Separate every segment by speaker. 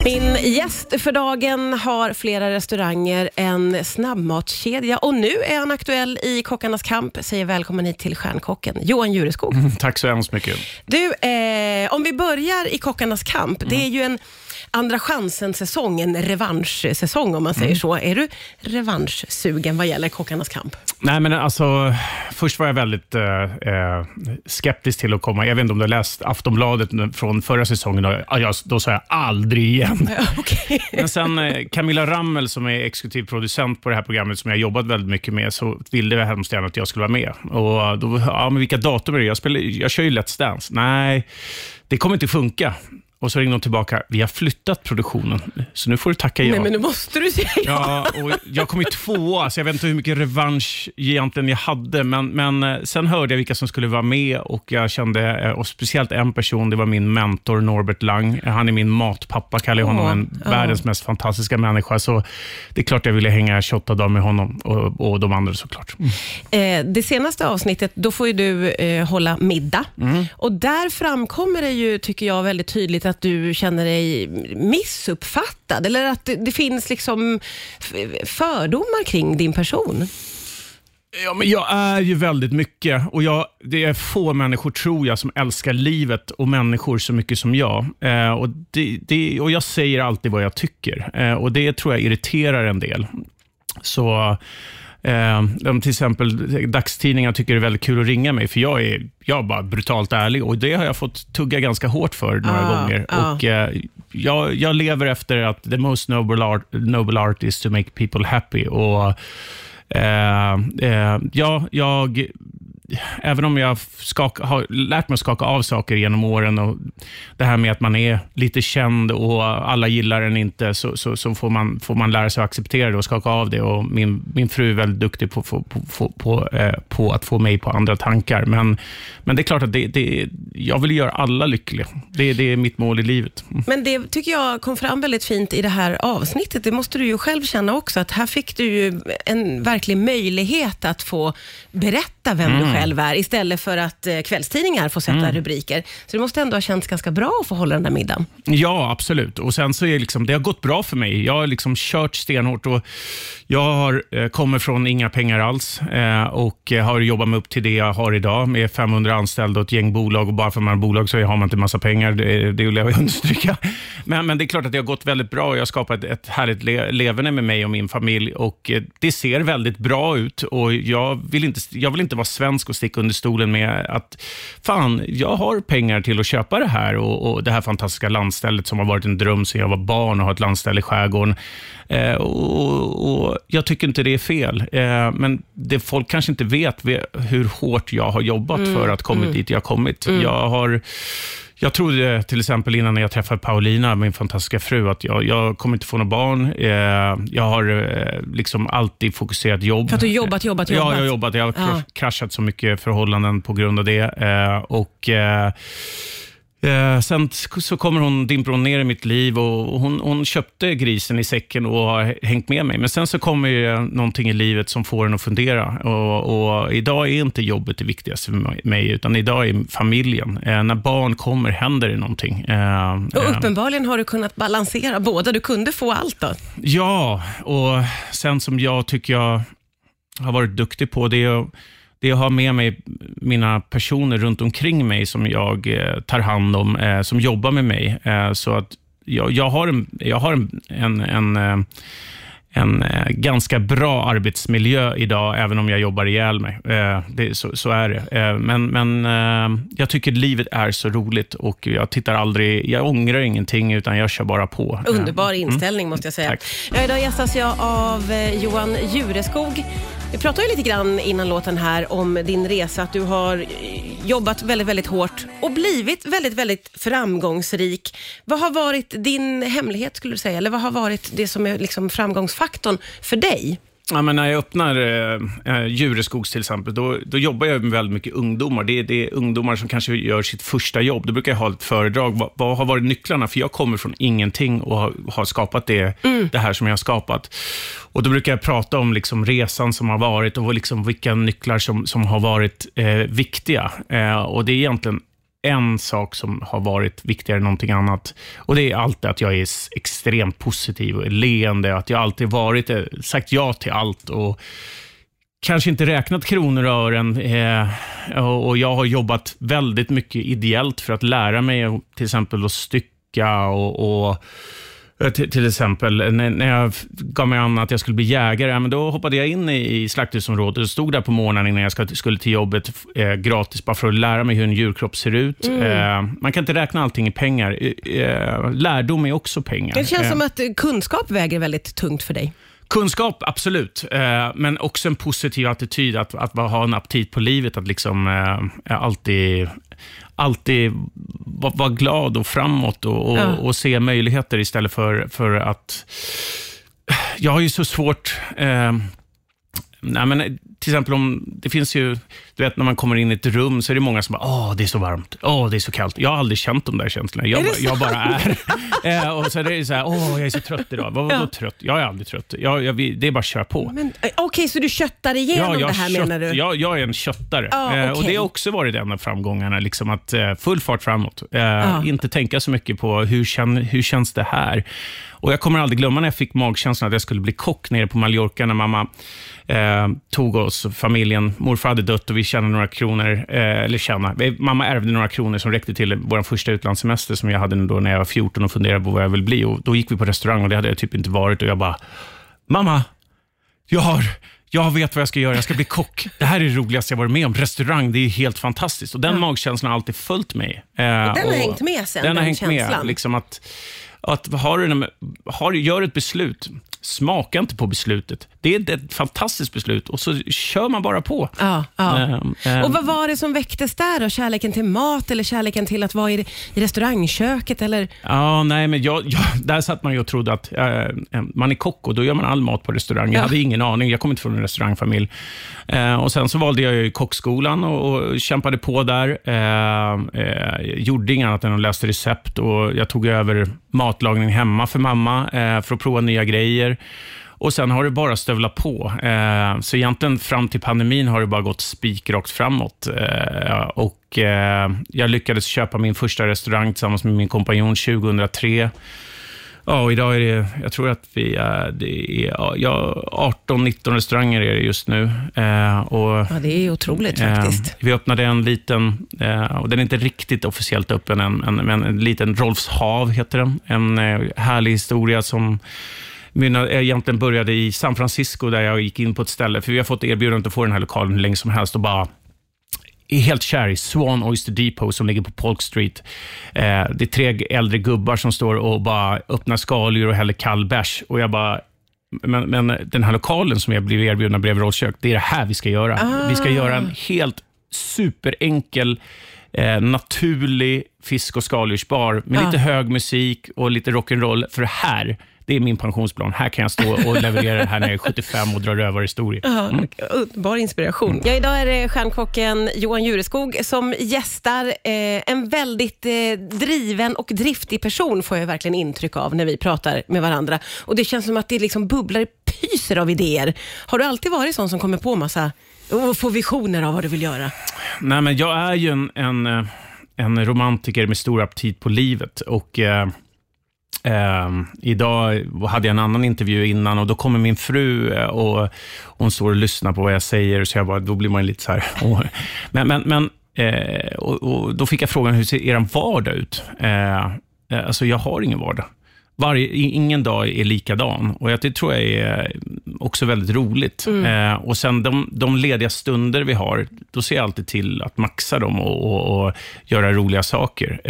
Speaker 1: Min gäst för dagen har flera restauranger, en snabbmatskedja och nu är han aktuell i Kockarnas kamp. Säger välkommen hit till stjärnkocken Johan Jureskog.
Speaker 2: Tack så hemskt mycket.
Speaker 1: Du, om vi börjar i Kockarnas kamp, det är ju en andra chansen-säsong, en revanschsäsong om man säger så. Är du revanschsugen vad gäller Kockarnas kamp?
Speaker 2: Nej, men alltså, först var jag väldigt skeptisk till att komma. Jag vet inte om du har läst Aftonbladet från förra säsongen. Då sa jag aldrig igen.
Speaker 1: Okay.
Speaker 2: Men sen Camilla Rammel som är exekutiv producent på det här programmet som jag jobbat väldigt mycket med, så ville jag hemskt gärna att jag skulle vara med. Och då, men vilka datum är det? Jag kör ju Let's Dance. Nej, det kommer inte funka. Och så ringde de tillbaka, vi har flyttat produktionen, så nu får du tacka ja.
Speaker 1: Nej, men nu måste du säga
Speaker 2: ja. Och jag kom ju tvåa, så jag vet inte hur mycket revansch egentligen jag hade. Men sen hörde jag vilka som skulle vara med och jag kände, och speciellt en person, det var min mentor Norbert Lang. Han är min matpappa, kallar jag honom, världens mest fantastiska människa. Så det är klart jag ville hänga 28 dagar med honom och de andra såklart.
Speaker 1: Det senaste avsnittet, då får ju du hålla middag. Och där framkommer det ju, tycker jag, väldigt tydligt att du känner dig missuppfattad eller att det finns liksom fördomar kring din person.
Speaker 2: Ja, men jag är ju väldigt mycket och det är få människor, tror jag, som älskar livet och människor så mycket som jag. Och jag säger alltid vad jag tycker. Och det tror jag irriterar en del. Så till exempel dagstidningar tycker det är väldigt kul att ringa mig, för jag är bara brutalt ärlig, och det har jag fått tugga ganska hårt för några gånger. Och jag lever efter att the most noble art is to make people happy. Och även om jag har lärt mig att skaka av saker genom åren, och det här med att man är lite känd och alla gillar en inte, så får man lära sig att acceptera det och skaka av det. Och min fru är väldigt duktig på att få mig på andra tankar. Men det är klart att jag vill göra alla lyckliga. Det är mitt mål i livet.
Speaker 1: Men det tycker jag kom fram väldigt fint i det här avsnittet. Det måste du ju själv känna också, att här fick du ju en verklig möjlighet att få berätta vem du själv är, istället för att kvällstidningar får sätta rubriker. Så det måste ändå ha känts ganska bra att få hålla den där middagen. Ja,
Speaker 2: absolut. Och sen så är det har gått bra för mig. Jag har kört stenhårt och jag kommer från inga pengar alls och har jobbat mig upp till det jag har idag med 500 anställda och ett gäng bolag, och bara för man har bolag så har man inte massa pengar. Det vill jag understryka. Men det är klart att det har gått väldigt bra och jag har skapat ett härligt leverne med mig och min familj, och det ser väldigt bra ut, och jag vill inte vara svensk och sticka under stolen med att fan, jag har pengar till att köpa det här och det här fantastiska landstället som har varit en dröm sedan jag var barn, och ha ett landställe i skärgården. Och jag tycker inte det är fel. Men det folk kanske inte vet hur hårt jag har jobbat för att komma dit jag har kommit. Jag trodde till exempel innan jag träffade Paulina, min fantastiska fru, att jag kommer inte få några barn. Jag har alltid fokuserat jobb.
Speaker 1: För att du jobbat?
Speaker 2: Ja, jag har jobbat. Jag har kraschat så mycket förhållanden på grund av det. Sen så kommer hon dimpron ner i mitt liv, och hon köpte grisen i säcken och har hängt med mig. Men sen så kommer ju någonting i livet som får en att fundera, och idag är inte jobbet det viktigaste för mig, utan idag är familjen. När barn kommer händer det någonting.
Speaker 1: Och uppenbarligen har du kunnat balansera båda. Du kunde få allt då.
Speaker 2: Ja, och sen som jag tycker jag har varit duktig på det jag har med mig mina personer runt omkring mig som jag tar hand om, som jobbar med mig. Så att jag har en ganska bra arbetsmiljö idag, även om jag jobbar ihjäl mig. Så är det. Men jag tycker livet är så roligt, och jag ångrar ingenting, utan jag kör bara på.
Speaker 1: Underbar inställning måste jag säga.
Speaker 2: Tack.
Speaker 1: Idag gästas jag av Johan Jureskog. Vi pratade ju lite grann innan låten här om din resa, att du har jobbat väldigt, väldigt hårt och blivit väldigt, väldigt framgångsrik. Vad har varit din hemlighet, skulle du säga? Eller vad har varit det som är framgångsfaktorn för dig?
Speaker 2: Ja, men när jag öppnar Jureskogs till exempel, då jobbar jag med väldigt mycket ungdomar. Det är ungdomar som kanske gör sitt första jobb. Då brukar jag ha ett föredrag. Vad har varit nycklarna? För jag kommer från ingenting och har skapat det här som jag har skapat. Och då brukar jag prata om resan som har varit och vilka nycklar som har varit viktiga. Och det är egentligen en sak som har varit viktigare än någonting annat. Och det är alltid att jag är extremt positiv och leende. Att jag alltid sagt ja till allt och kanske inte räknat kronor och ören. Och jag har jobbat väldigt mycket ideellt för att lära mig till exempel att stycka och till exempel när jag gav mig an att jag skulle bli jägare, men då hoppade jag in i slakthusområdet och stod där på morgonen innan jag skulle till jobbet gratis bara för att lära mig hur en djurkropp ser ut. Man kan inte räkna allting i pengar. Lärdom är också pengar.
Speaker 1: Det känns som att kunskap väger väldigt tungt för dig.
Speaker 2: Kunskap, absolut. Men också en positiv attityd att ha en aptit på livet. Att liksom alltid vara glad och framåt och se möjligheter istället för att... Jag har ju så svårt... Nej, men till exempel om det finns ju, du vet när man kommer in i ett rum så är det många som bara, det är så varmt, det är så kallt. Jag har aldrig känt de där känslorna. Jag bara är. Och så är det så här, jag är så trött idag. Vad då trött? Jag är aldrig trött. Det är bara att köra på.
Speaker 1: Okej, så du köttar igenom det här menar du?
Speaker 2: Jag är en köttare.
Speaker 1: Okay.
Speaker 2: Och det har också varit en av framgångarna, liksom att full fart framåt. Inte tänka så mycket på hur känns det här. Och jag kommer aldrig glömma när jag fick magkänslan att jag skulle bli kock nere på Mallorca när mamma tog oss, familjen. Morfar hade dött och vi tjänade några kronor, mamma ärvde några kronor som räckte till vår första utlandssemester som jag hade då när jag var 14 och funderade på vad jag vill bli. Och då gick vi på restaurang och det hade jag typ inte varit och jag bara, mamma, jag vet vad jag ska göra, jag ska bli kock. Det här är det roligaste jag varit med om. Restaurang, det är helt fantastiskt. Och den magkänslan har alltid följt mig.
Speaker 1: Den har hängt med sen,
Speaker 2: den har hängt
Speaker 1: känslan.
Speaker 2: med, liksom att gör ett beslut. Smaka inte på beslutet. Det är ett fantastiskt beslut och så kör man bara på.
Speaker 1: Och vad var det som väcktes där då? Kärleken till mat eller kärleken till att vara i restaurangköket? Eller?
Speaker 2: Nej, men där satt man ju och trodde att man är kock och då gör man all mat på restaurang. Jag hade ingen aning, jag kom inte från en restaurangfamilj. Och sen så valde jag ju kockskolan och kämpade på där. Gjorde inget annat än att läsa recept och jag tog över matlagning hemma för mamma för att prova nya grejer. Och sen har det bara stövlat på. Så egentligen fram till pandemin har det bara gått spikrakt framåt. Och jag lyckades köpa min första restaurang tillsammans med min kompanjon 2003. Och idag är det, jag tror att det är 18-19 restauranger är det just nu. Och
Speaker 1: det är otroligt faktiskt.
Speaker 2: Vi öppnade en liten, och den är inte riktigt officiellt öppen men en liten Rolfshav heter den. En härlig historia som egentligen började i San Francisco där jag gick in på ett ställe. För vi har fått erbjudandet att få den här lokalen hur länge som helst och bara är helt kär i Swan Oyster Depot som ligger på Polk Street. Det är 3 äldre gubbar som står och bara öppnar skaldjur och häller kall bärs. Och jag bara, men den här lokalen som jag blev erbjudna bredvid Rollkök, det är det här vi ska göra. Vi ska göra en helt superenkel naturlig fisk- och skaldjursbar med lite hög musik och lite rock'n'roll. För det är min pensionsplan. Här kan jag stå och leverera det här när jag är 75 och dra rövarhistorier.
Speaker 1: Underbar inspiration. Idag är det stjärnkocken Johan Jureskog som gästar en väldigt driven och driftig person får jag verkligen intryck av när vi pratar med varandra. Och det känns som att det liksom bubblar pyser av idéer. Har du alltid varit sån som kommer på massa och får visioner av vad du vill göra? Nej, men jag är ju en romantiker med stor aptit på livet och idag hade jag en annan intervju innan och då kommer min fru och hon står och lyssnar på vad jag säger så jag bara, då blir man lite så här och då fick jag frågan, hur ser er vardag ut? Alltså jag har ingen vardag. Ingen dag är likadan och det tror jag är också väldigt roligt. Och sen de lediga stunder vi har, då ser jag alltid till att maxa dem och göra roliga saker.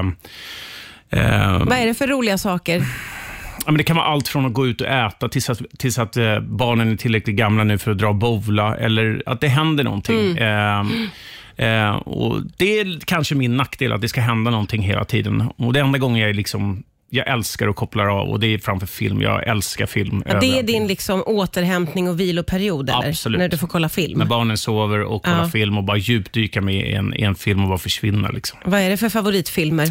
Speaker 1: Vad är det för roliga saker? Ja, men det kan vara allt från att gå ut och äta tills att barnen är tillräckligt gamla nu för att dra bowla eller att det händer någonting. Och det är kanske min nackdel att det ska hända någonting hela tiden. Och det enda gången jag älskar att koppla av och det är framför film. Jag älskar film. Ja, det är din liksom återhämtning och viloperiod eller? Absolut. När du får kolla film. När barnen sover och kollar film och bara djupdyka med i en film och bara försvinna. Liksom. Vad är det för favoritfilmer?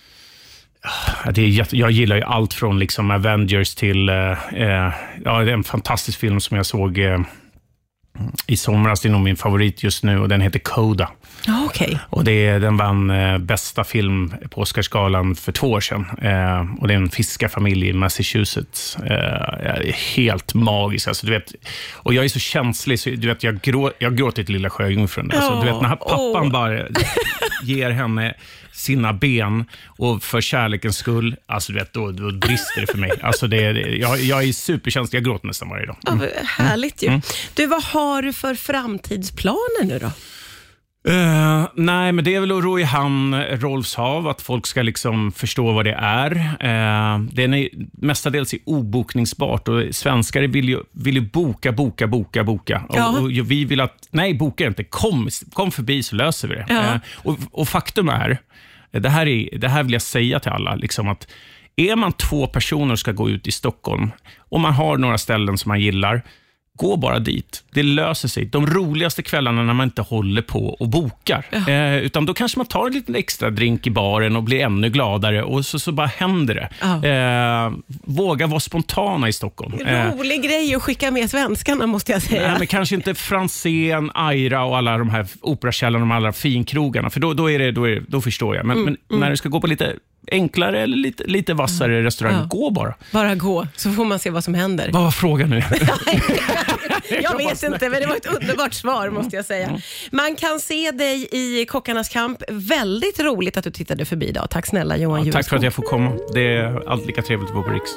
Speaker 1: Jag gillar ju allt från liksom Avengers till det är en fantastisk film som jag såg
Speaker 2: i somras. Det är nog min favorit just nu och den heter Coda.
Speaker 1: Okay.
Speaker 2: Och den vann bästa film på Oscarsgalan för 2 år sedan. Och det är en fiskarfamilj i Massachusetts. Helt magisk. Alltså, du vet, och jag är så känslig, så, du vet, jag gråter till Lilla Sjöjungfrun. Alltså, du vet, när pappan bara ger henne sina ben och för kärlekens skull, alltså du vet, då brister det för mig. Alltså jag är superkänslig, jag gråter nästan varje dag.
Speaker 1: Härligt ju. Du, vad har du för framtidsplaner nu då?
Speaker 2: Nej, men det är väl att ro i hamn Rolfshav, att folk ska liksom förstå vad det är. Den är mestadels obokningsbart och svenskar vill ju boka. Och vi vill att, nej, boka inte, kom förbi så löser vi det.
Speaker 1: Ja.
Speaker 2: Och faktum är, det här vill jag säga till alla, liksom att är man 2 personer och ska gå ut i Stockholm och man har några ställen som man gillar, gå bara dit. Det löser sig. De roligaste kvällarna när man inte håller på och bokar. Utan då kanske man tar en liten extra drink i baren och blir ännu gladare och så bara händer det. Våga vara spontana i Stockholm.
Speaker 1: Rolig grej att skicka med svenskarna, måste jag säga.
Speaker 2: Nej, men kanske inte Franzén, Aira och alla de här operakällorna och de alla finkrogarna. För då förstår jag. Men när du ska gå på lite enklare eller lite vassare restaurang, gå bara. Bara gå, så får man se vad som händer. Vad var frågan nu?
Speaker 1: Jag vet inte, men det var ett underbart svar, måste jag säga. Man kan se dig i Kockarnas kamp. Väldigt roligt att du tittade förbi idag. Tack snälla, Johan Jureskog.
Speaker 2: Tack för att jag får komma. Det är allt lika trevligt att vara på Riks.